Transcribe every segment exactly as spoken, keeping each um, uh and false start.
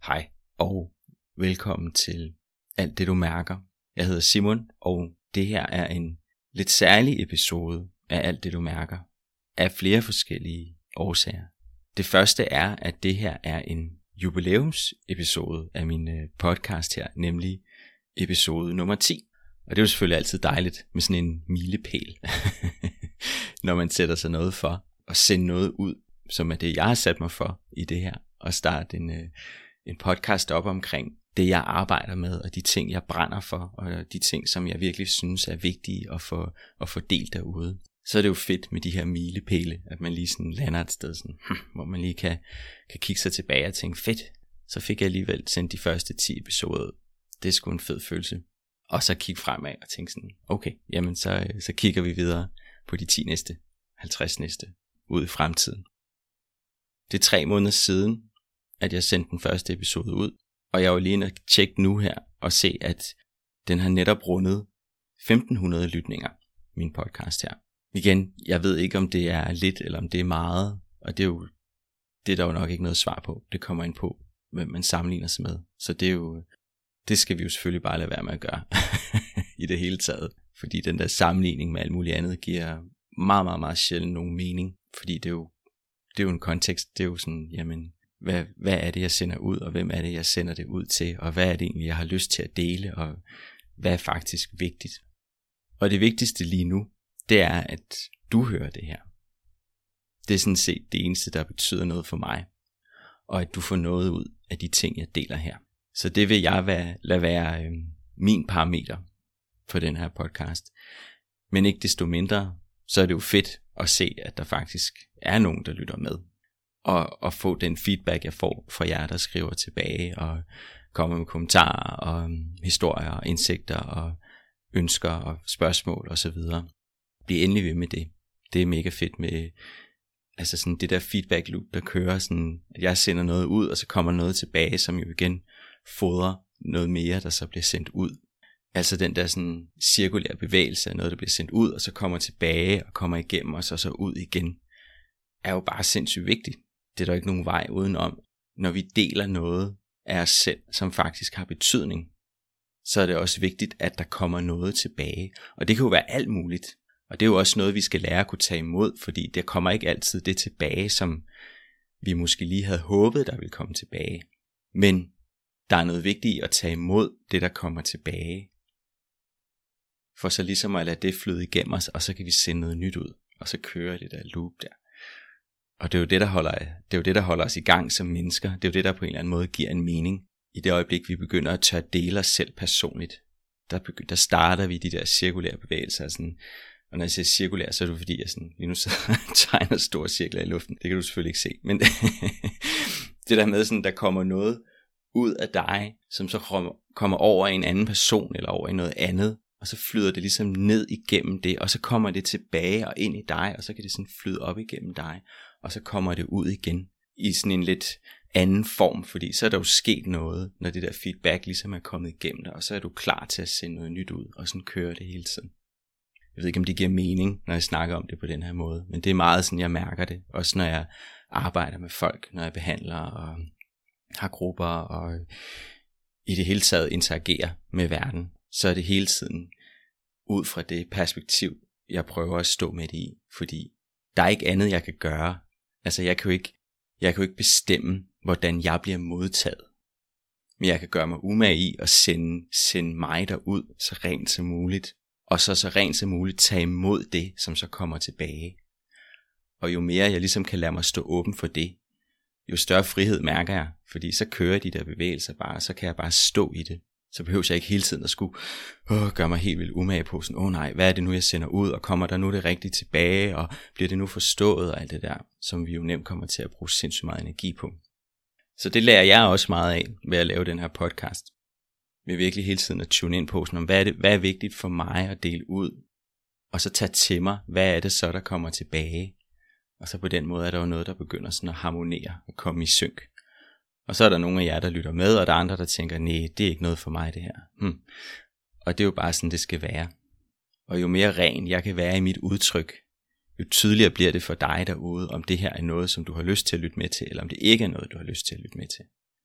Hej og velkommen til Alt det du mærker. Jeg hedder Simon, og det her er en lidt særlig episode af Alt det du mærker, af flere forskellige årsager. Det første er, at det her er en jubilæumsepisode af min podcast her, nemlig episode nummer ti. Og det er jo selvfølgelig altid dejligt med sådan en milepæl, når man sætter sig noget for at sende noget ud, som er det, jeg har sat mig for i det her, og starte en, en podcast op omkring det, jeg arbejder med, og de ting, jeg brænder for, og de ting, som jeg virkelig synes er vigtige at få, at få delt derude. Så er det jo fedt med de her milepæle, at man lige sådan lander et sted, sådan, hmm, hvor man lige kan, kan kigge sig tilbage og tænke, fedt, så fik jeg alligevel sendt de første ti episoder. Det er sgu en fed følelse. Og så kigge fremad og tænke sådan, okay, jamen så, så kigger vi videre på de ti næste, halvtreds næste, ud i fremtiden. Det er tre måneder siden, at jeg sendte den første episode ud, og jeg var lige inde og tjekke nu her, og se, at den har netop rundet femten hundrede lytninger, min podcast her. Igen, jeg ved ikke, om det er lidt, eller om det er meget, og det er jo, det er der jo nok ikke noget svar på. Det kommer ind på, hvem man sammenligner sig med. Så det er jo, det skal vi jo selvfølgelig bare lade være med at gøre, i det hele taget. Fordi den der sammenligning med alt muligt andet, giver meget, meget, meget sjældent nogen mening. Fordi det er jo, det er jo en kontekst, det er jo sådan, jamen, hvad, hvad er det, jeg sender ud, og hvem er det, jeg sender det ud til, og hvad er det egentlig, jeg har lyst til at dele, og hvad er faktisk vigtigt. Og det vigtigste lige nu, det er, at du hører det her. Det er sådan set det eneste, der betyder noget for mig, og at du får noget ud af de ting, jeg deler her. Så det vil jeg være, lade være øh, min parameter for den her podcast. Men ikke desto mindre, så er det jo fedt at se, at der faktisk er nogen, der lytter med. Og, og få den feedback, jeg får fra jer, der skriver tilbage, og kommer med kommentarer, og um, historier, og indsigter, og ønsker, og spørgsmål, og så videre. Bliv endelig ved med det. Det er mega fedt med, altså sådan det der feedback loop, der kører sådan, at jeg sender noget ud, og så kommer noget tilbage, som jo igen fodrer noget mere, der så bliver sendt ud. Altså den der sådan cirkulære bevægelse af noget, der bliver sendt ud, og så kommer tilbage, og kommer igennem os, og så ud igen, er jo bare sindssygt vigtigt. Det er der ikke nogen vej udenom. Når vi deler noget af os selv, som faktisk har betydning, så er det også vigtigt, at der kommer noget tilbage. Og det kan jo være alt muligt. Og det er jo også noget, vi skal lære at kunne tage imod, fordi der kommer ikke altid det tilbage, som vi måske lige havde håbet, der ville komme tilbage. Men der er noget vigtigt i at tage imod det, der kommer tilbage. For så ligesom at lade det flyde igennem os, og så kan vi sende noget nyt ud, og så kører det der loop der. Og det er jo det, der holder, det er jo det, der holder os i gang som mennesker. Det er jo det, der på en eller anden måde giver en mening. I det øjeblik, vi begynder at tør dele os selv personligt, der, begynder, der starter vi de der cirkulære bevægelser. Sådan. Og når jeg siger cirkulær, så er det fordi, jeg sådan, lige nu sidder og tegner store cirkler i luften. Det kan du selvfølgelig ikke se. Men det der med, sådan, der kommer noget ud af dig, som så kommer over i en anden person, eller over i noget andet. Og så flyder det ligesom ned igennem det, og så kommer det tilbage og ind i dig, og så kan det sådan flyde op igennem dig, og så kommer det ud igen i sådan en lidt anden form, fordi så er der jo sket noget, når det der feedback ligesom er kommet igennem dig, og så er du klar til at sende noget nyt ud, og sådan kører det hele tiden. Jeg ved ikke, om det giver mening, når jeg snakker om det på den her måde, men det er meget sådan, jeg mærker det, også når jeg arbejder med folk, når jeg behandler og har grupper, og i det hele taget interagerer med verden. Så er det hele tiden ud fra det perspektiv, jeg prøver at stå med det i. Fordi der er ikke andet, jeg kan gøre. Altså jeg kan jo ikke, jeg kan jo ikke bestemme, hvordan jeg bliver modtaget. Men jeg kan gøre mig umage i at sende, sende mig derud så rent som muligt. Og så så rent som muligt tage imod det, som så kommer tilbage. Og jo mere jeg ligesom kan lade mig stå åben for det, jo større frihed mærker jeg. Fordi så kører de der bevægelser bare, så kan jeg bare stå i det. Så behøver jeg ikke hele tiden at skulle åh, gøre mig helt vildt umage på sådan, åh oh, nej, hvad er det nu jeg sender ud, og kommer der nu det rigtigt tilbage, og bliver det nu forstået, og alt det der, som vi jo nemt kommer til at bruge sindssygt meget energi på. Så det lærer jeg også meget af, ved at lave den her podcast. Vi er virkelig hele tiden at tune ind på, sådan, hvad, er det, hvad er vigtigt for mig at dele ud, og så tage til mig, hvad er det så, der kommer tilbage. Og så på den måde er der jo noget, der begynder sådan at harmonere og komme i synk. Og så er der nogle af jer, der lytter med, og der er andre, der tænker, nej, det er ikke noget for mig det her. Hmm. Og det er jo bare sådan, det skal være. Og jo mere ren jeg kan være i mit udtryk, jo tydeligere bliver det for dig derude, om det her er noget, som du har lyst til at lytte med til, eller om det ikke er noget, du har lyst til at lytte med til.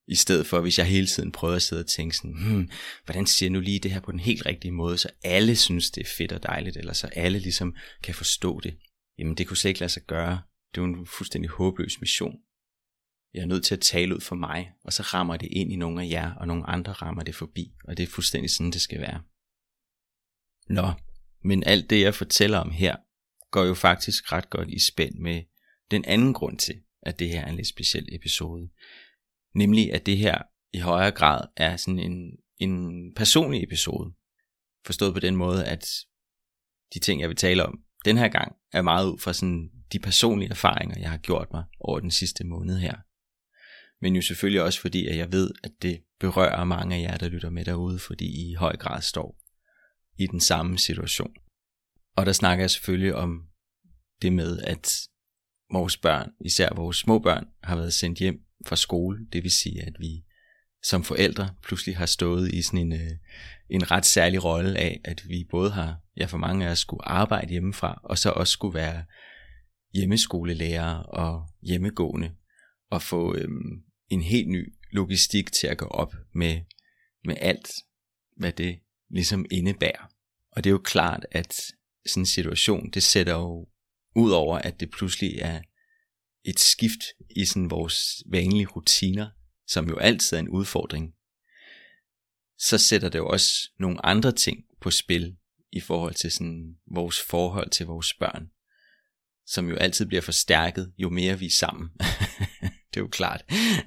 I stedet for, hvis jeg hele tiden prøver at sidde og tænke sådan, hmm, hvordan siger jeg nu lige det her på den helt rigtige måde, så alle synes, det er fedt og dejligt, eller så alle ligesom kan forstå det. Jamen det kunne slet ikke lade sig gøre. Det er jo en fuldstændig håbløs mission. Jeg er nødt til at tale ud for mig, og så rammer det ind i nogle af jer, og nogle andre rammer det forbi, og det er fuldstændig sådan, det skal være. Nå, men alt det jeg fortæller om her, går jo faktisk ret godt i spænd med den anden grund til, at det her er en lidt speciel episode. Nemlig at det her i højere grad er sådan en, en personlig episode. Forstået på den måde, at de ting jeg vil tale om den her gang, er meget ud fra sådan de personlige erfaringer jeg har gjort mig over den sidste måned her. Men jo selvfølgelig også fordi at jeg ved at det berører mange af jer der lytter med derude, fordi I i høj grad står i den samme situation. Og der snakker jeg selvfølgelig om det med at vores børn, især vores små børn, har været sendt hjem fra skole. Det vil sige at vi som forældre pludselig har stået i sådan en, en ret særlig rolle af at vi både har, ja for mange af os skulle arbejde hjemmefra, og så også skulle være hjemmeskolelærer og hjemmegående og få øhm, en helt ny logistik til at gå op med, med alt, hvad det ligesom indebærer. Og det er jo klart, at sådan en situation, det sætter jo ud over, at det pludselig er et skift i sådan vores vanlige rutiner, som jo altid er en udfordring, så sætter det jo også nogle andre ting på spil i forhold til sådan vores forhold til vores børn, som jo altid bliver forstærket, jo mere vi er sammen. Det er jo klart.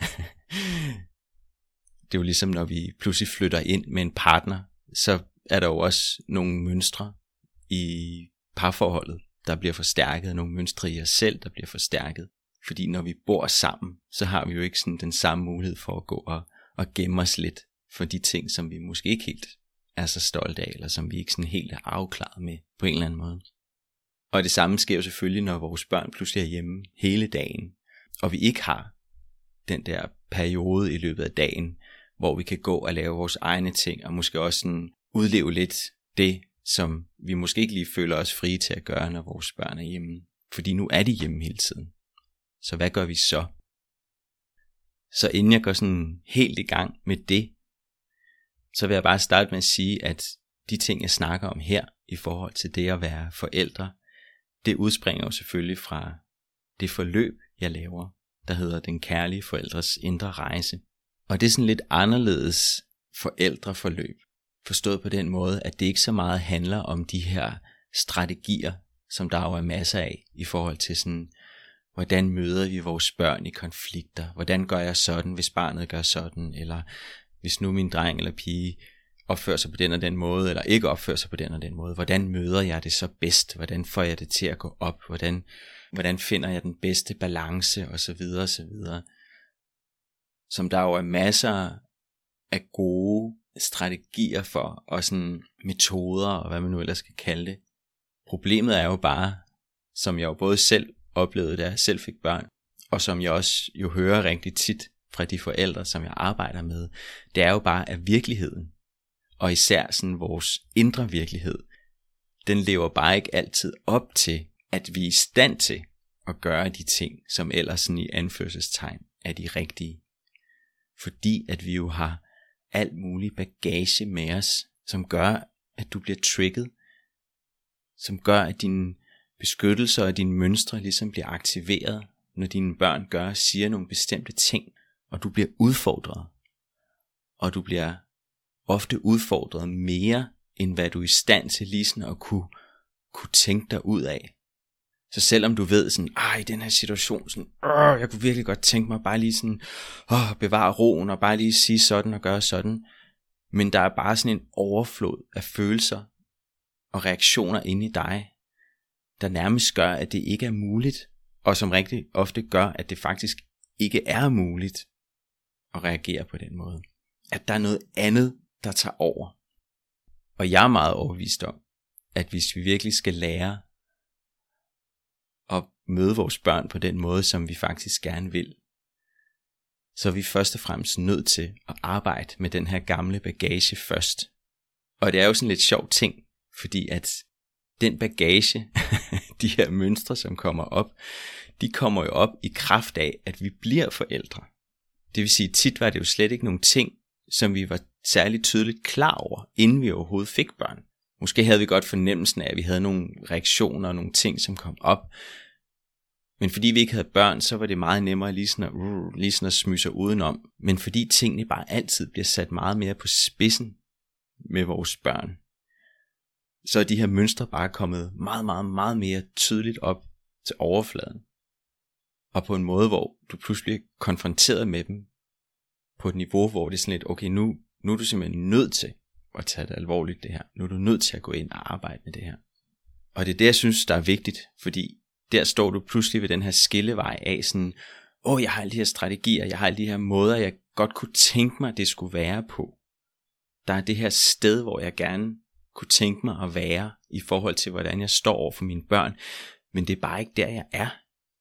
Det er jo ligesom, når vi pludselig flytter ind med en partner, så er der jo også nogle mønstre i parforholdet, der bliver forstærket, nogle mønstre i os selv, der bliver forstærket. Fordi når vi bor sammen, så har vi jo ikke sådan den samme mulighed for at gå og, og gemme os lidt for de ting, som vi måske ikke helt er så stolte af, eller som vi ikke sådan helt er afklaret med på en eller anden måde. Og det samme sker jo selvfølgelig, når vores børn pludselig er hjemme hele dagen, og vi ikke har den der periode i løbet af dagen, hvor vi kan gå og lave vores egne ting, og måske også sådan udleve lidt det, som vi måske ikke lige føler os frie til at gøre, når vores børn er hjemme. Fordi nu er de hjemme hele tiden. Så hvad gør vi så? Så inden jeg går sådan helt i gang med det, så vil jeg bare starte med at sige, at de ting jeg snakker om her, i forhold til det at være forældre, det udspringer jo selvfølgelig fra det forløb jeg laver, der hedder Den Kærlige Forældres Indre Rejse. Og det er sådan lidt anderledes forældreforløb, forstået på den måde, at det ikke så meget handler om de her strategier, som der jo er masser af, i forhold til sådan, hvordan møder vi vores børn i konflikter, hvordan gør jeg sådan, hvis barnet gør sådan, eller hvis nu min dreng eller pige opfører sig på den og den måde, eller ikke opfører sig på den og den måde, hvordan møder jeg det så bedst, hvordan får jeg det til at gå op, hvordan, hvordan finder jeg den bedste balance, og så videre, og så videre. Som der jo er masser af gode strategier for, og sådan metoder, og hvad man nu ellers skal kalde det. Problemet er jo bare, som jeg jo både selv oplevede, da jeg selv fik børn, og som jeg også jo hører rigtig tit fra de forældre, som jeg arbejder med, det er jo bare, at virkeligheden, og især sådan vores indre virkelighed, den lever bare ikke altid op til, at vi er i stand til at gøre de ting, som ellers sådan i anførselstegn er de rigtige. Fordi at vi jo har alt mulig bagage med os, som gør, at du bliver trigget, som gør, at dine beskyttelser og dine mønstre ligesom bliver aktiveret, når dine børn gør og siger nogle bestemte ting, og du bliver udfordret. Og du bliver ofte udfordret mere, end hvad du er i stand til lige sådan at kunne, kunne tænke dig ud af. Så selvom du ved sådan, ej, i den her situation, sådan, øh, jeg kunne virkelig godt tænke mig bare lige sådan, åh, bevare roen og bare lige sige sådan og gøre sådan. Men der er bare sådan en overflod af følelser og reaktioner inde i dig, der nærmest gør, at det ikke er muligt, og som rigtig ofte gør, at det faktisk ikke er muligt at reagere på den måde. At der er noget andet, der tager over. Og jeg er meget overbevist om, at hvis vi virkelig skal lære at møde vores børn på den måde, som vi faktisk gerne vil, så er vi først og fremmest nødt til at arbejde med den her gamle bagage først. Og det er jo sådan lidt sjov ting, fordi at den bagage, de her mønstre, som kommer op, de kommer jo op i kraft af, at vi bliver forældre. Det vil sige, tit var det jo slet ikke nogle ting, som vi var særligt tydeligt klar over, inden vi overhovedet fik børn. Måske havde vi godt fornemmelsen af, at vi havde nogle reaktioner og nogle ting, som kom op. Men fordi vi ikke havde børn, så var det meget nemmere lige sådan at, uh, lige sådan at smyge sig udenom. Men fordi tingene bare altid bliver sat meget mere på spidsen med vores børn, så er de her mønstre bare kommet meget, meget, meget mere tydeligt op til overfladen. Og på en måde, hvor du pludselig bliver konfronteret med dem på et niveau, hvor det er sådan lidt, okay, nu, nu er du simpelthen nødt til at tage det alvorligt det her. Nu er du nødt til at gå ind og arbejde med det her. Og det er det, jeg synes, der er vigtigt, fordi der står du pludselig ved den her skillevej af sådan, åh, oh, jeg har alle de her strategier, jeg har alle de her måder, jeg godt kunne tænke mig, det skulle være på. Der er det her sted, hvor jeg gerne kunne tænke mig at være, i forhold til, hvordan jeg står over for mine børn, men det er bare ikke der, jeg er.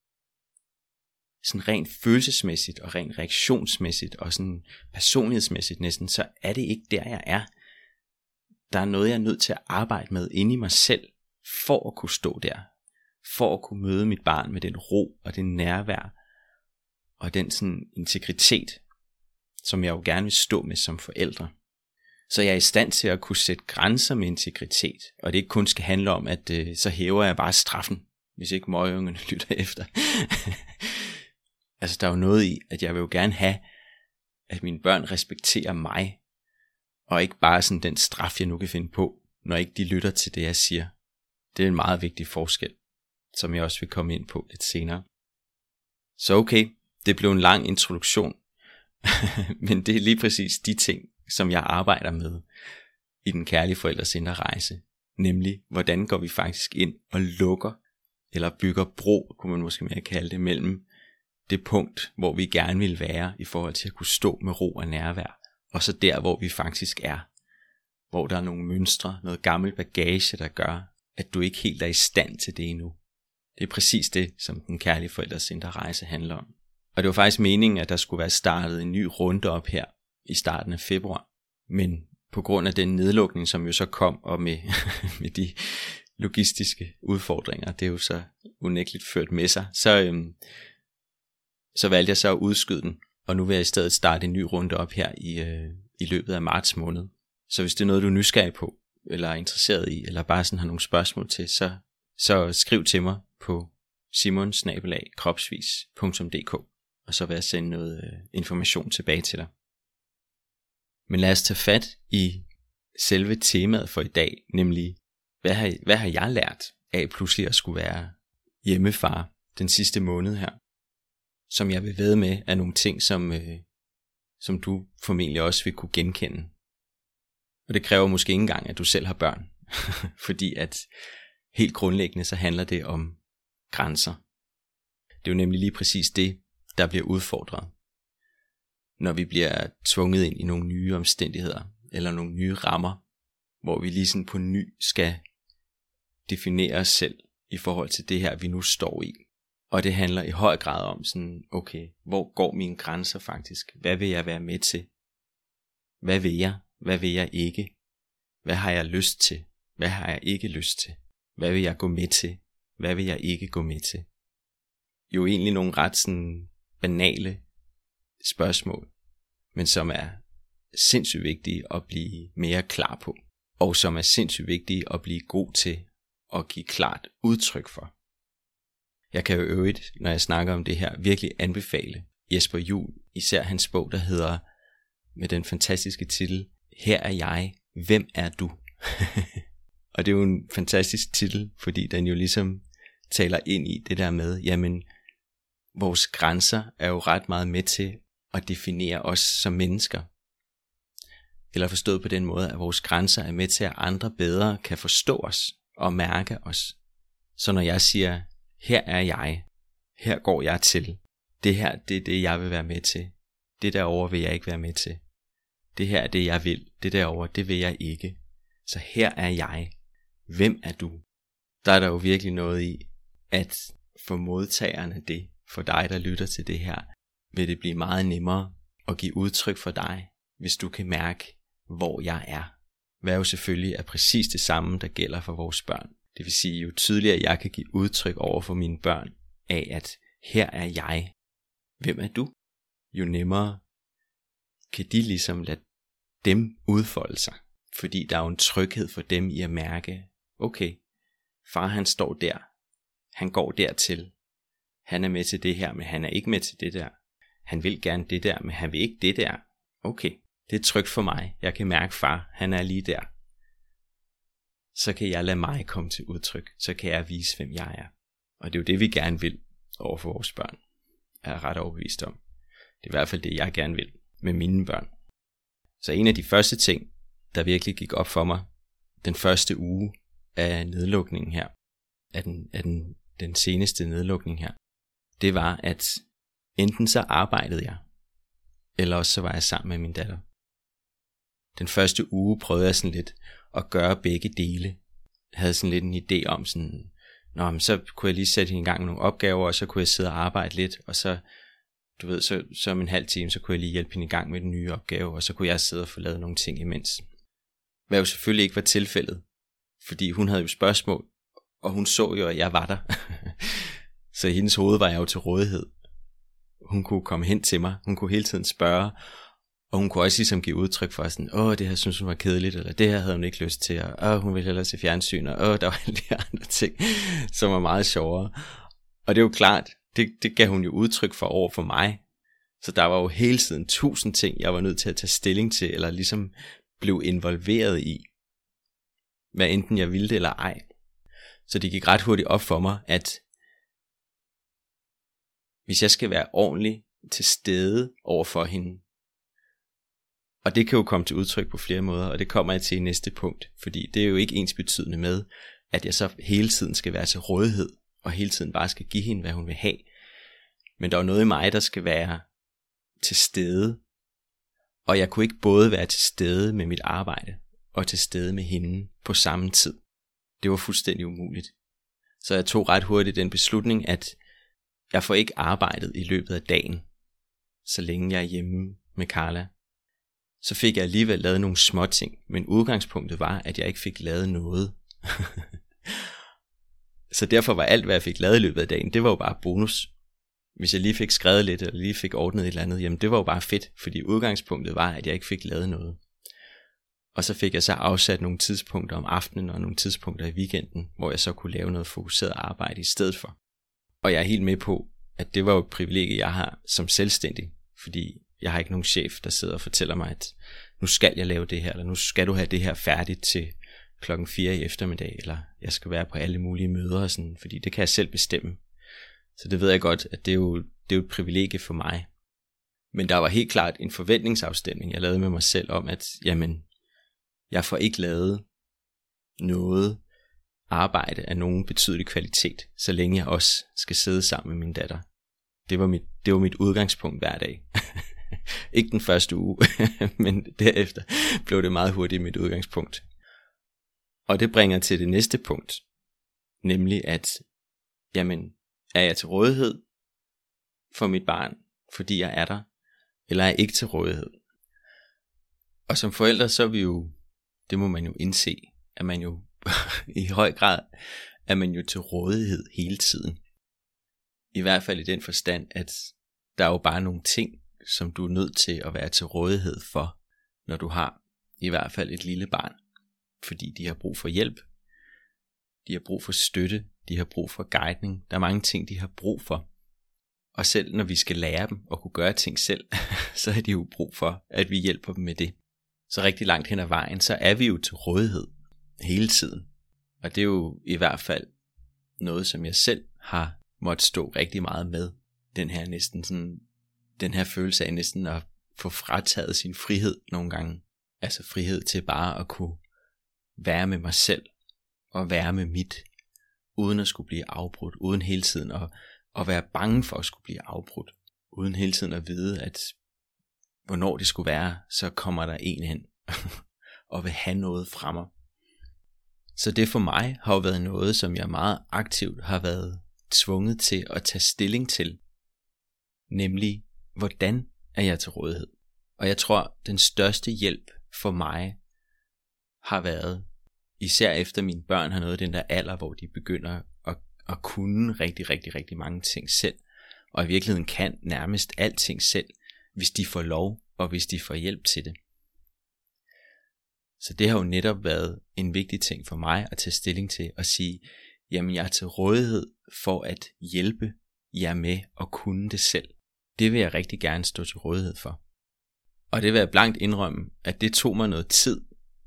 Sådan rent følelsesmæssigt, og rent reaktionsmæssigt, og sådan personlighedsmæssigt næsten, så er det ikke der, jeg er. Der er noget, jeg er nødt til at arbejde med inde i mig selv, for at kunne stå der. For at kunne møde mit barn med den ro og den nærvær og den sådan integritet, som jeg jo gerne vil stå med som forældre. Så jeg er i stand til at kunne sætte grænser med integritet, og det ikke kun skal handle om, at øh, så hæver jeg bare straffen, hvis ikke møgeungerne lytter efter. Altså der er jo noget i, at jeg vil jo gerne have, at mine børn respekterer mig, og ikke bare sådan den straf, jeg nu kan finde på, når ikke de lytter til det, jeg siger. Det er en meget vigtig forskel, som jeg også vil komme ind på lidt senere. Så okay, det blev en lang introduktion, men det er lige præcis de ting, som jeg arbejder med i den kærlige forældres indre rejse. Nemlig, hvordan går vi faktisk ind og lukker, eller bygger bro, kunne man måske mere kalde det, mellem det punkt, hvor vi gerne vil være, i forhold til at kunne stå med ro og nærvær, og så der, hvor vi faktisk er. Hvor der er nogle mønstre, noget gammel bagage, der gør, at du ikke helt er i stand til det endnu. Det er præcis det, som den kærlige forældres indre rejse handler om. Og det var faktisk meningen, at der skulle være startet en ny runde op her i starten af februar. Men på grund af den nedlukning, som jo så kom, og med, med de logistiske udfordringer, det er jo så unægteligt ført med sig, så, øhm, så valgte jeg så at udskyde den. Og nu vil jeg i stedet starte en ny runde op her i, øh, i løbet af marts måned. Så hvis det er noget, du er nysgerrig på, eller er interesseret i, eller bare sådan har nogle spørgsmål til, så, så skriv til mig på simon bindestreg kropsvis punktum d k, og så vil jeg sende noget øh, information tilbage til dig. Men lad os tage fat i selve temaet for i dag, nemlig, hvad har, hvad har jeg lært af pludselig at skulle være hjemmefar den sidste måned her, som jeg vil vædde med er nogle ting, som, øh, som du formentlig også vil kunne genkende. Og det kræver måske ikke engang, at du selv har børn, fordi at helt grundlæggende så handler det om grænser. Det er jo nemlig lige præcis det, der bliver udfordret, når vi bliver tvunget ind i nogle nye omstændigheder, eller nogle nye rammer, hvor vi lige sådan på ny skal definere os selv i forhold til det her, vi nu står i. Og det handler i høj grad om sådan, okay, hvor går mine grænser faktisk? Hvad vil jeg være med til? Hvad vil jeg? Hvad vil jeg ikke? Hvad har jeg lyst til? Hvad har jeg ikke lyst til? Hvad vil jeg gå med til? Hvad vil jeg ikke gå med til? Jo egentlig nogle ret sådan banale spørgsmål, men som er sindssygt vigtige at blive mere klar på, og som er sindssygt vigtige at blive god til at give klart udtryk for. Jeg kan jo øvrigt, når jeg snakker om det her, virkelig anbefale Jesper Juhl, især hans bog, der hedder med den fantastiske titel, Her er jeg, hvem er du? Og det er jo en fantastisk titel, fordi den jo ligesom taler ind i det der med, jamen vores grænser er jo ret meget med til at definere os som mennesker. Eller forstået på den måde, at vores grænser er med til, at andre bedre kan forstå os og mærke os. Så når jeg siger, her er jeg, her går jeg til, det her det er det, jeg vil være med til, det derovre vil jeg ikke være med til, det her er det, jeg vil, det derovre, det vil jeg ikke. Så her er jeg, hvem er du? Der er der jo virkelig noget i, at for modtagerne det, for dig der lytter til det her, vil det blive meget nemmere at give udtryk for dig, hvis du kan mærke, hvor jeg er. Hvad jo selvfølgelig er præcis det samme, der gælder for vores børn. Det vil sige, jo tydeligere jeg kan give udtryk over for mine børn af, at her er jeg. Hvem er du? jo nemmere kan de ligesom lade dem udfolde sig. Fordi der er jo en tryghed for dem i at mærke, okay, far han står der, han går dertil, han er med til det her, men han er ikke med til det der. Han vil gerne det der, men han vil ikke det der. Okay, det er trygt for mig. Jeg kan mærke far, han er lige der. Så kan jeg lade mig komme til udtryk. Så kan jeg vise, hvem jeg er. Og det er jo det, vi gerne vil over for vores børn. Er jeg ret overbevist om. Det er i hvert fald det, jeg gerne vil med mine børn. Så en af de første ting, der virkelig gik op for mig, den første uge af nedlukningen her, af den, af den, den seneste nedlukning her, det var, at enten så arbejdede jeg, eller også så var jeg sammen med min datter. Den første uge prøvede jeg sådan lidt at gøre begge dele. Jeg havde sådan lidt en idé om sådan, nå, men så kunne jeg lige sætte hende i gang med nogle opgaver, og så kunne jeg sidde og arbejde lidt, og så, du ved, så, så om en halv time, så kunne jeg lige hjælpe hende i gang med den nye opgave, og så kunne jeg sidde og få lavet nogle ting imens. Hvad jo selvfølgelig ikke var tilfældet, fordi hun havde jo spørgsmål, og hun så jo, at jeg var der. Så i hendes hoved var jeg jo til rådighed. Hun kunne komme hen til mig, hun kunne hele tiden spørge, og hun kunne også ligesom give udtryk for sådan, åh, det her synes hun var kedeligt, eller det her havde hun ikke lyst til, og åh, hun ville hellere se fjernsyn, og åh, der var alle de andre ting, som var meget sjovere. Og det er jo klart, det, det gav hun jo udtryk for over for mig. Så der var jo hele tiden tusind ting, jeg var nødt til at tage stilling til, eller ligesom blev involveret i, hvad enten jeg ville det eller ej. Så det gik ret hurtigt op for mig, at hvis jeg skal være ordentlig til stede over for hende, og det kan jo komme til udtryk på flere måder, og det kommer jeg til i næste punkt, fordi det er jo ikke ensbetydende med, at jeg så hele tiden skal være til rådighed, og hele tiden bare skal give hende, hvad hun vil have. Men der er noget i mig, der skal være til stede, og jeg kunne ikke både være til stede med mit arbejde, og til stede med hende på samme tid. Det var fuldstændig umuligt. Så jeg tog ret hurtigt den beslutning, at jeg får ikke arbejdet i løbet af dagen, så længe jeg er hjemme med Carla. Så fik jeg alligevel lavet nogle små ting, men udgangspunktet var, at jeg ikke fik lavet noget. Så derfor var alt, hvad jeg fik lavet i løbet af dagen, det var jo bare bonus. Hvis jeg lige fik skrevet lidt, eller lige fik ordnet et eller andet, jamen det var jo bare fedt, fordi udgangspunktet var, at jeg ikke fik lavet noget. Og så fik jeg så afsat nogle tidspunkter om aftenen, og nogle tidspunkter i weekenden, hvor jeg så kunne lave noget fokuseret arbejde i stedet for. Og jeg er helt med på, at det var jo et privilegie, jeg har som selvstændig, fordi jeg har ikke nogen chef, der sidder og fortæller mig, at nu skal jeg lave det her, eller nu skal du have det her færdigt til klokken fire i eftermiddag, eller jeg skal være på alle mulige møder, og sådan, fordi det kan jeg selv bestemme. Så det ved jeg godt, at det er jo, det er jo et privilegie for mig. Men der var helt klart en forventningsafstemning, jeg lavede med mig selv om, at jamen, jeg får ikke lavet noget arbejde af nogen betydelig kvalitet, så længe jeg også skal sidde sammen med min datter. Det var mit, det var mit udgangspunkt hver dag. Ikke den første uge, men derefter blev det meget hurtigt mit udgangspunkt. Og det bringer til det næste punkt, nemlig at, jamen, er jeg til rådighed for mit barn, fordi jeg er der, eller er jeg ikke til rådighed? Og som forældre, så er vi jo, det må man jo indse, at man jo i høj grad er man jo til rådighed hele tiden. I hvert fald i den forstand, at der er jo bare nogle ting, som du er nødt til at være til rådighed for, når du har i hvert fald et lille barn. Fordi de har brug for hjælp, de har brug for støtte, de har brug for guidning. Der er mange ting, de har brug for. Og selv når vi skal lære dem at kunne gøre ting selv, så har de jo brug for, at vi hjælper dem med det. Så rigtig langt hen ad vejen, så er vi jo til rådighed hele tiden. Og det er jo i hvert fald noget, som jeg selv har måttet stå rigtig meget med. Den her næsten sådan, den her følelse af næsten at få frataget sin frihed nogle gange. Altså frihed til bare at kunne være med mig selv og være med mit, uden at skulle blive afbrudt, uden hele tiden at, at være bange for at skulle blive afbrudt, uden hele tiden at vide, at hvornår det skulle være, så kommer der en hen og vil have noget fra mig. Så det for mig har jo været noget, som jeg meget aktivt har været tvunget til at tage stilling til, nemlig hvordan er jeg til rådighed. Og jeg tror, den største hjælp for mig har været, især efter mine børn har nået den der alder, hvor de begynder at, at kunne rigtig, rigtig, rigtig mange ting selv, og i virkeligheden kan nærmest alting selv, hvis de får lov, og hvis de får hjælp til det. Så det har jo netop været en vigtig ting for mig at tage stilling til og sige, jamen jeg er til rådighed for at hjælpe jer med at kunne det selv. Det vil jeg rigtig gerne stå til rådighed for. Og det vil jeg blankt indrømme, at det tog mig noget tid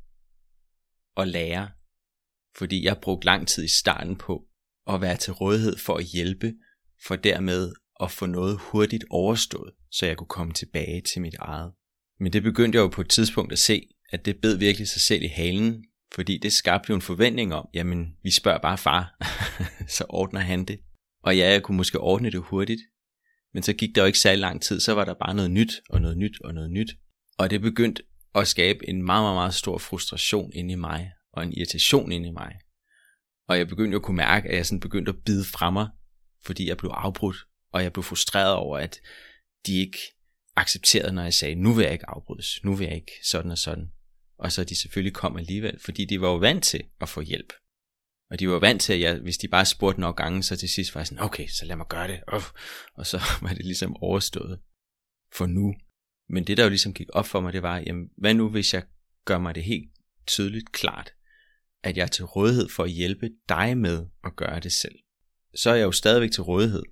at lære, fordi jeg brugte lang tid i starten på at være til rådighed for at hjælpe, for dermed at få noget hurtigt overstået, så jeg kunne komme tilbage til mit eget. Men det begyndte jeg jo på et tidspunkt at se, at det bed virkelig sig selv i halen, fordi det skabte jo en forventning om, jamen vi spørger bare far, så ordner han det. Og ja, jeg kunne måske ordne det hurtigt, men så gik der jo ikke særlig lang tid, så var der bare noget nyt, og noget nyt, og noget nyt. Og det begyndte at skabe en meget, meget, meget stor frustration inde i mig, og en irritation inde i mig. Og jeg begyndte at kunne mærke, at jeg sådan begyndte at bide fra mig, fordi jeg blev afbrudt, og jeg blev frustreret over, at de ikke accepterede, når jeg sagde, nu vil jeg ikke afbrydes, nu vil jeg ikke sådan og sådan. Og så de selvfølgelig kom alligevel, fordi de var jo vant til at få hjælp. Og de var vant til, at jeg, hvis de bare spurgte nok gange, så til sidst var jeg sådan, okay, så lad mig gøre det. Uh. Og så var det ligesom overstået for nu. Men det der jo ligesom gik op for mig, det var, jamen, hvad nu hvis jeg gør mig det helt tydeligt klart, at jeg er til rådighed for at hjælpe dig med at gøre det selv. Så er jeg jo stadigvæk til rådighed.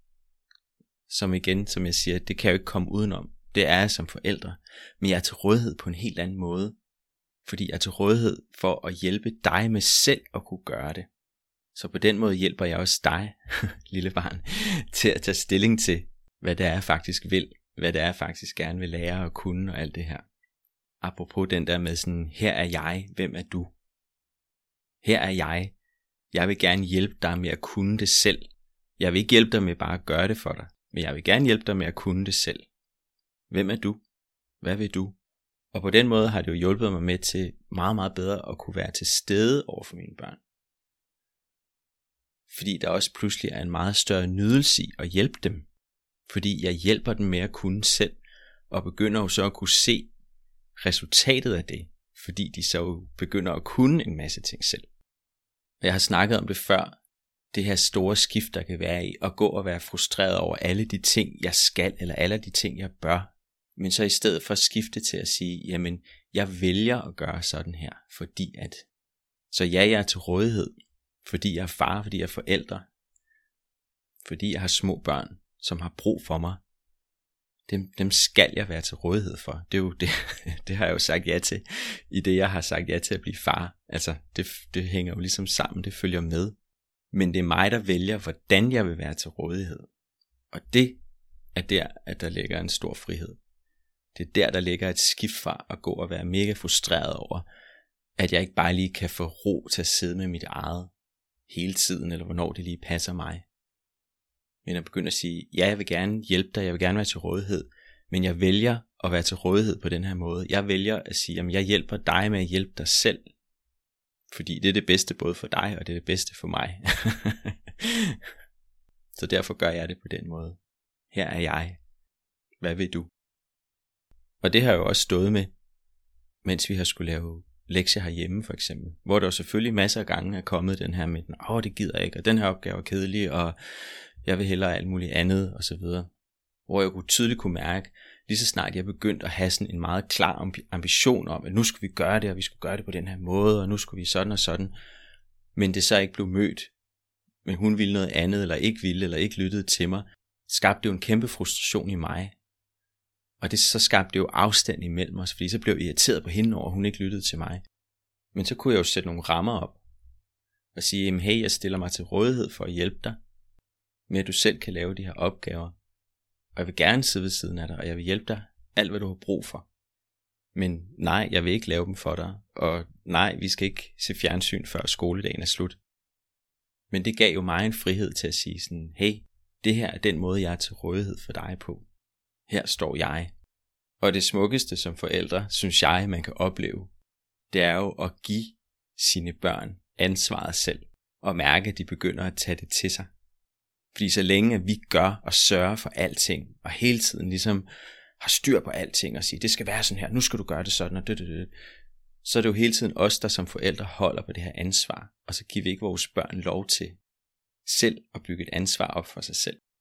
Som igen, som jeg siger, det kan jeg jo ikke komme udenom. Det er jeg som forældre. Men jeg er til rådighed på en helt anden måde. Fordi jeg er til rådighed for at hjælpe dig med selv at kunne gøre det. Så på den måde hjælper jeg også dig, lille barn, til at tage stilling til, hvad det er, jeg faktisk vil. Hvad det er, jeg faktisk gerne vil lære og kunne og alt det her. Apropos den der med sådan, her er jeg, hvem er du? Her er jeg. Jeg vil gerne hjælpe dig med at kunne det selv. Jeg vil ikke hjælpe dig med bare at gøre det for dig. Men jeg vil gerne hjælpe dig med at kunne det selv. Hvem er du? Hvad vil du? Og på den måde har det jo hjulpet mig med til meget, meget bedre at kunne være til stede over for mine børn. Fordi der også pludselig er en meget større nydelse i at hjælpe dem. Fordi jeg hjælper dem med at kunne selv, og begynder jo så at kunne se resultatet af det. Fordi de så jo begynder at kunne en masse ting selv. Og jeg har snakket om det før, det her store skift, der kan være i, at gå og være frustreret over alle de ting, jeg skal, eller alle de ting, jeg bør. Men så i stedet for at skifte til at sige, jamen, jeg vælger at gøre sådan her, fordi at, så ja, jeg er til rådighed, fordi jeg er far, fordi jeg er forældre, fordi jeg har små børn, som har brug for mig. Dem, dem skal jeg være til rådighed for. Det er jo det, det har jeg jo sagt ja til, i det jeg har sagt ja til at blive far. Altså, det, det hænger jo ligesom sammen, det følger med. Men det er mig, der vælger, hvordan jeg vil være til rådighed. Og det er der, at der ligger en stor frihed. Det er der, der ligger et skift fra at gå og være mega frustreret over, at jeg ikke bare lige kan få ro til at sidde med mit eget hele tiden, eller hvornår det lige passer mig. Men at begynde at sige, ja, jeg vil gerne hjælpe dig, jeg vil gerne være til rådighed, men jeg vælger at være til rådighed på den her måde. Jeg vælger at sige, at jeg hjælper dig med at hjælpe dig selv, fordi det er det bedste både for dig, og det er det bedste for mig. Så derfor gør jeg det på den måde. Her er jeg. Hvad vil du? Og det har jeg jo også stået med, mens vi har skulle lave lektier herhjemme for eksempel. Hvor der jo selvfølgelig masser af gange er kommet den her med, åh oh, det gider jeg ikke, og den her opgave er kedelig, og jeg vil hellere alt muligt andet, og så videre. Hvor jeg kunne tydeligt kunne mærke, lige så snart jeg begyndte at have sådan en meget klar ambition om, at nu skulle vi gøre det, og vi skulle gøre det på den her måde, og nu skulle vi sådan og sådan. Men det så ikke blev mødt, men hun ville noget andet, eller ikke ville, eller ikke lyttede til mig, skabte jo en kæmpe frustration i mig. Og det så skabte jo afstand imellem os, fordi så blev jeg irriteret på hende over, at hun ikke lyttede til mig. Men så kunne jeg jo sætte nogle rammer op, og sige, jamen hey, jeg stiller mig til rådighed for at hjælpe dig, med at du selv kan lave de her opgaver. Og jeg vil gerne sidde ved siden af dig, og jeg vil hjælpe dig alt, hvad du har brug for. Men nej, jeg vil ikke lave dem for dig, og nej, vi skal ikke se fjernsyn, før skoledagen er slut. Men det gav jo mig en frihed til at sige sådan, hey, det her er den måde, jeg er til rådighed for dig på. Her står jeg. Og det smukkeste som forældre, synes jeg, man kan opleve, det er jo at give sine børn ansvaret selv, og mærke, at de begynder at tage det til sig. Fordi så længe at vi gør og sørger for alting, og hele tiden ligesom har styr på alting, og siger, det skal være sådan her, nu skal du gøre det sådan, og det, det, det, så er det jo hele tiden os, der som forældre holder på det her ansvar, og så giver vi ikke vores børn lov til selv at bygge et ansvar op for sig selv.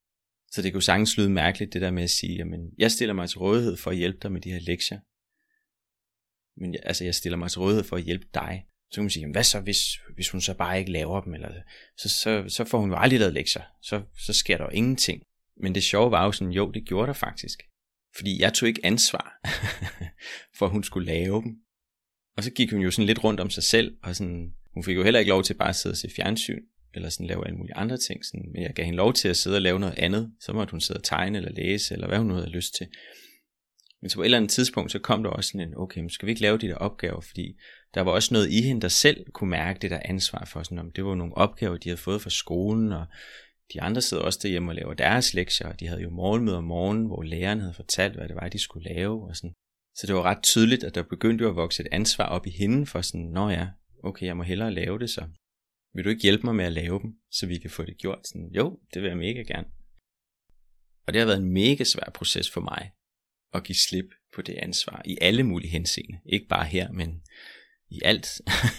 Så det kunne sagtens lyde mærkeligt, det der med at sige, jamen, jeg stiller mig til rådighed for at hjælpe dig med de her lektier. Men jeg, altså, jeg stiller mig til rådighed for at hjælpe dig. Så kan man sige, jamen, hvad så, hvis, hvis hun så bare ikke laver dem? Eller, så, så, så får hun jo aldrig lavet lektier. Så, så sker der jo ingenting. Men det sjove var jo sådan, jo, det gjorde der faktisk. Fordi jeg tog ikke ansvar for, at hun skulle lave dem. Og så gik hun jo sådan lidt rundt om sig selv, og sådan, hun fik jo heller ikke lov til bare at sidde og se fjernsyn, eller sådan lave alle mulige andre ting. Sådan, men jeg gav hende lov til at sidde og lave noget andet. Så måtte hun sidde og tegne eller læse, eller hvad hun nu havde lyst til. Men så på et eller andet tidspunkt, så kom der også sådan en, okay, men skal vi ikke lave de der opgaver? Fordi der var også noget i hende, der selv kunne mærke det der ansvar for, sådan, om det var nogle opgaver, de havde fået fra skolen, og de andre sidder også derhjemme og laver deres lektier, og de havde jo morgenmøde om morgenen, hvor læreren havde fortalt, hvad det var, de skulle lave, og sådan. Så det var ret tydeligt, at der begyndte jo at vokse et ansvar op i hende, for sådan, nå ja, okay, jeg må hellere lave det så. Vil du ikke hjælpe mig med at lave dem, så vi kan få det gjort? Sådan, jo, det vil jeg mega gerne. Og det har været en mega svær proces for mig, at give slip på det ansvar, i alle mulige henseende. Ikke bare her, men i alt.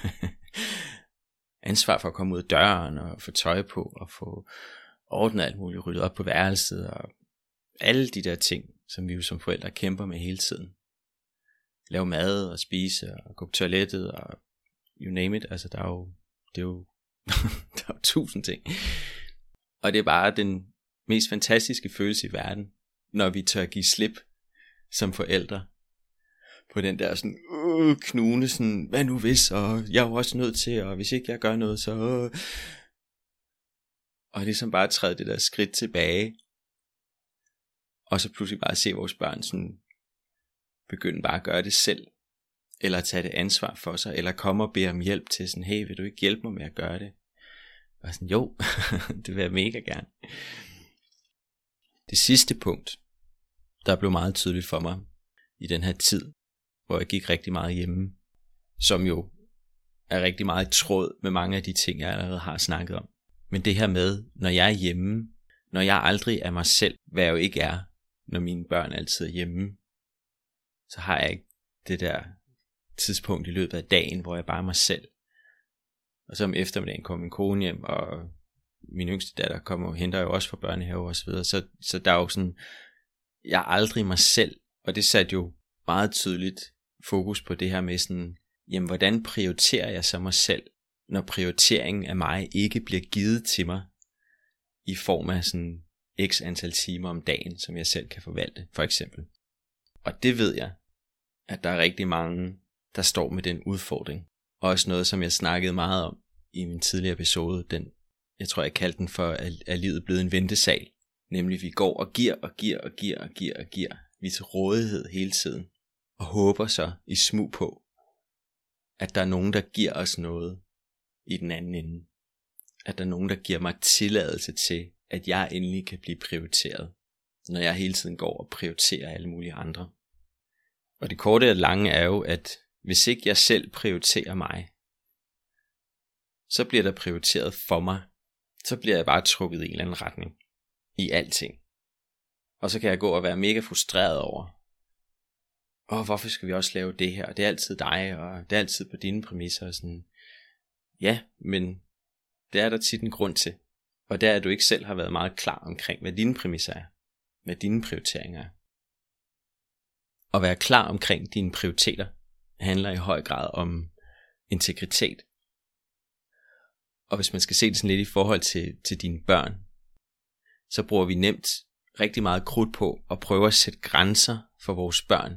Ansvar for at komme ud af døren, og få tøj på, og få ordnet alt muligt, ryddet op på værelset, og alle de der ting, som vi jo som forældre kæmper med hele tiden. Lave mad, og spise, og gå på toilettet, og you name it. Altså, der er jo, det er jo, der er jo tusind ting. Og det er bare den mest fantastiske følelse i verden, når vi tør give slip som forældre på den der sådan øh, knune, sådan, hvad nu hvis, og jeg er jo også nødt til, og hvis ikke jeg gør noget, så øh. og ligesom bare træde det der skridt tilbage, og så pludselig bare se vores børn sådan begynde bare at gøre det selv, eller tage det ansvar for sig, eller komme og bede om hjælp til sådan, hey, vil du ikke hjælpe mig med at gøre det? Og sådan, jo, det vil jeg mega gerne. Det sidste punkt, der blev meget tydeligt for mig i den her tid, hvor jeg gik rigtig meget hjemme, som jo er rigtig meget i tråd med mange af de ting, jeg allerede har snakket om. Men det her med, når jeg er hjemme, når jeg aldrig er mig selv, hvad jeg jo ikke er, når mine børn altid er hjemme, så har jeg ikke det der tidspunkt i løbet af dagen, hvor jeg bare er mig selv. Og så om eftermiddagen kommer min kone hjem, og min yngste datter kommer og henter jo også fra børnehave og så videre. Så, så der er jo sådan, jeg er aldrig mig selv, og det satte jo meget tydeligt fokus på det her med sådan, jamen hvordan prioriterer jeg så mig selv, når prioriteringen af mig ikke bliver givet til mig i form af sådan x antal timer om dagen, som jeg selv kan forvalte, for eksempel. Og det ved jeg, at der er rigtig mange, der står med den udfordring. Også noget, som jeg snakkede meget om i min tidligere episode, den, jeg tror jeg kaldte den for, er livet blevet en ventesal. Nemlig vi går og giver og giver og giver og giver og giver. Vi er til rådighed hele tiden. Og håber så i smug på, at der er nogen, der giver os noget i den anden ende. At der er nogen, der giver mig tilladelse til, at jeg endelig kan blive prioriteret. Når jeg hele tiden går og prioriterer alle mulige andre. Og det korte og lange er jo, at hvis ikke jeg selv prioriterer mig, så bliver der prioriteret for mig. Så bliver jeg bare trukket i en eller anden retning. I alting. Og så kan jeg gå og være mega frustreret over, åh, hvorfor skal vi også lave det her? Det er altid dig, og det er altid på dine præmisser. Og sådan. Ja, men det er der tit en grund til. Og det er, at du ikke selv har været meget klar omkring, hvad dine præmisser er. Hvad dine prioriteringer er. At være klar omkring dine prioriteter handler i høj grad om integritet. Og hvis man skal se det sådan lidt i forhold til, til dine børn, så bruger vi nemt rigtig meget krudt på at prøve at sætte grænser for vores børn.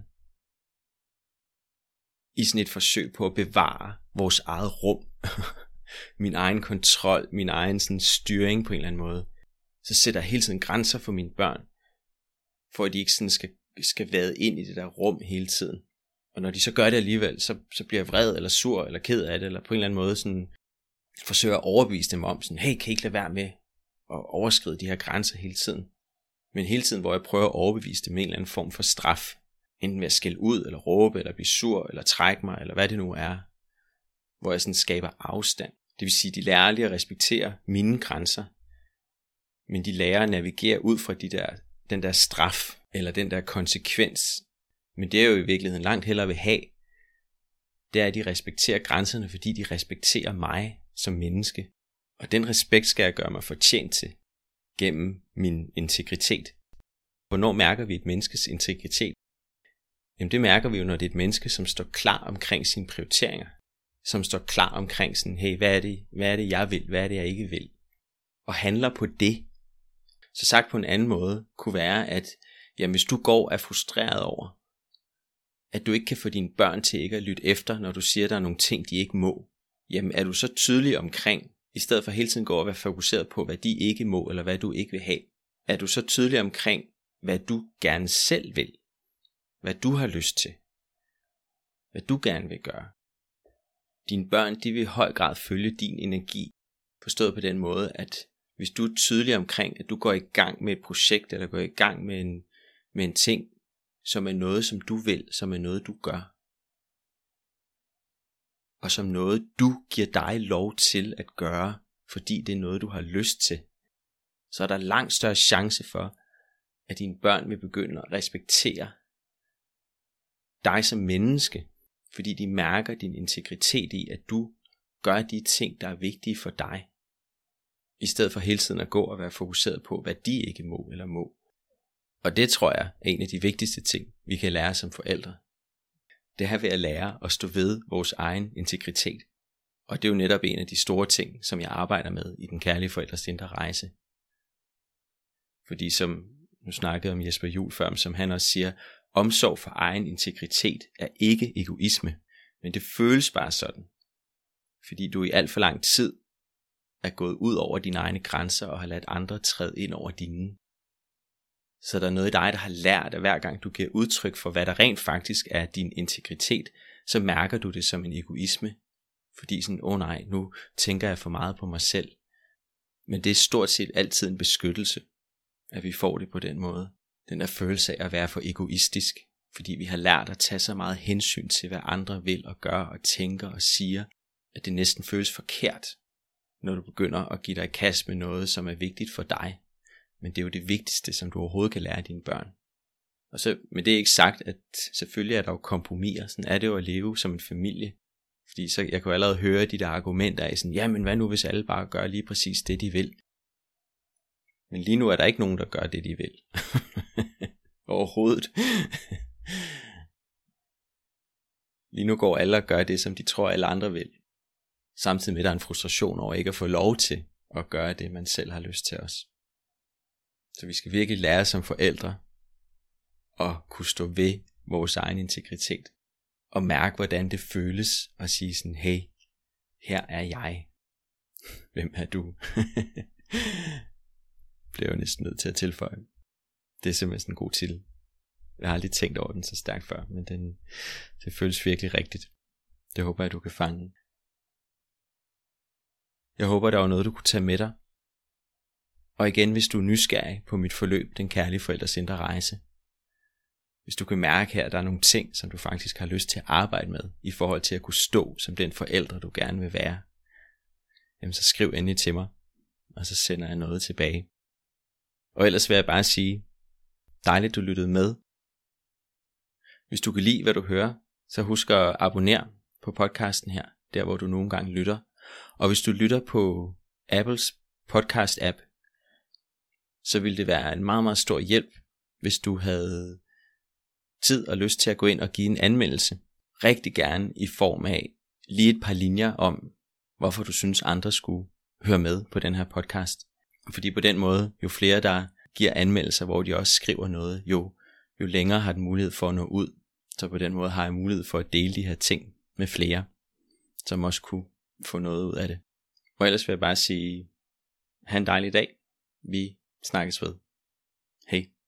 I sådan et forsøg på at bevare vores eget rum. Min egen kontrol, min egen sådan styring på en eller anden måde. Så sætter jeg hele tiden grænser for mine børn, for at de ikke sådan skal, skal vade ind i det der rum hele tiden. Og når de så gør det alligevel, så, så bliver jeg vred eller sur eller ked af det, eller på en eller anden måde sådan forsøger at overbevise dem om, sådan, hey, kan I ikke lade være med at overskride de her grænser hele tiden? Men hele tiden, hvor jeg prøver at overbevise dem med en eller anden form for straf, enten ved at skælde ud, eller råbe, eller blive sur, eller trække mig, eller hvad det nu er, hvor jeg sådan skaber afstand. Det vil sige, de lærer aldrig at respektere mine grænser, men de lærer at navigere ud fra de der, den der straf, eller den der konsekvens. Men det er jo i virkeligheden langt hellere vil have, det er, at de respekterer grænserne, fordi de respekterer mig som menneske. Og den respekt skal jeg gøre mig fortjent til. gennem min integritet. Hvornår mærker vi et menneskes integritet? Jamen det mærker vi jo, når det er et menneske, som står klar omkring sine prioriteringer. Som står klar omkring sådan, hey, hvad er det, hvad er det jeg vil, hvad er det jeg ikke vil? Og handler på det. Så sagt på en anden måde, kunne være, at jamen, hvis du går og er frustreret over, at du ikke kan få dine børn til ikke at lytte efter, når du siger, at der er nogle ting, de ikke må, jamen er du så tydelig omkring, i stedet for hele tiden gå og være fokuseret på, hvad de ikke må, eller hvad du ikke vil have, er du så tydelig omkring, hvad du gerne selv vil, hvad du har lyst til, hvad du gerne vil gøre. Dine børn, de vil i høj grad følge din energi, forstået på den måde, at hvis du er tydelig omkring, at du går i gang med et projekt, eller går i gang med en, med en ting, som er noget, som du vil, som er noget, du gør, og som noget, du giver dig lov til at gøre, fordi det er noget, du har lyst til, så er der langt større chance for, at dine børn vil begynde at respektere dig som menneske, fordi de mærker din integritet i, at du gør de ting, der er vigtige for dig, i stedet for hele tiden at gå og være fokuseret på, hvad de ikke må eller må. Og det tror jeg er en af de vigtigste ting, vi kan lære som forældre. Det er ved at lære at stå ved vores egen integritet. Og det er jo netop en af de store ting, som jeg arbejder med i den kærlige forældres indre rejse. Fordi som, nu snakkede jeg om Jesper Juhl før, som han også siger, omsorg for egen integritet er ikke egoisme, men det føles bare sådan. Fordi du i alt for lang tid er gået ud over dine egne grænser og har ladt andre træde ind over dine. Så der er noget i dig, der har lært, at hver gang du giver udtryk for, hvad der rent faktisk er din integritet, så mærker du det som en egoisme. Fordi sådan, åh oh nej, nu tænker jeg for meget på mig selv. Men det er stort set altid en beskyttelse, at vi får det på den måde. Den der følelse af at være for egoistisk, fordi vi har lært at tage så meget hensyn til, hvad andre vil og gør og tænker og siger, at det næsten føles forkert, når du begynder at give dig i kast med noget, som er vigtigt for dig. Men det er jo det vigtigste, som du overhovedet kan lære dine børn. Og så, men det er ikke sagt, at selvfølgelig er der jo kompromiser. Sådan er det jo at leve som en familie. Fordi så jeg kan jo allerede høre de der argumenter af sådan, jamen hvad nu hvis alle bare gør lige præcis det de vil. Men lige nu er der ikke nogen der gør det de vil. Overhovedet. Lige nu går alle og gør det som de tror alle andre vil. Samtidig med at der er en frustration over ikke at få lov til at gøre det man selv har lyst til os. Så vi skal virkelig lære som forældre at kunne stå ved vores egen integritet. Og mærke hvordan det føles at sige sådan, hey, her er jeg. Hvem er du? Bliver jo næsten nødt til at tilføje. Det er simpelthen en god titel. Jeg har aldrig tænkt over den så stærkt før, men den, det føles virkelig rigtigt. Det håber jeg du kan fange. Jeg håber der var noget du kunne tage med dig. Og igen, hvis du er nysgerrig på mit forløb, den kærlige forældres indre rejse. Hvis du kan mærke her, at der er nogle ting, som du faktisk har lyst til at arbejde med, i forhold til at kunne stå som den forælder, du gerne vil være, jamen så skriv endelig til mig, og så sender jeg noget tilbage. Og ellers vil jeg bare sige, dejligt du lyttede med. Hvis du kan lide, hvad du hører, så husk at abonnere på podcasten her, der hvor du nogle gange lytter. Og hvis du lytter på Apples podcast app, så ville det være en meget, meget stor hjælp, hvis du havde tid og lyst til at gå ind og give en anmeldelse. Rigtig gerne i form af lige et par linjer om, hvorfor du synes andre skulle høre med på den her podcast. Fordi på den måde, jo flere der giver anmeldelser, hvor de også skriver noget, jo, jo længere har den mulighed for at nå ud. Så på den måde har jeg mulighed for at dele de her ting med flere, som også kunne få noget ud af det. Og ellers vil jeg bare sige, ha' en dejlig dag. Vi snakkes ved. Hej.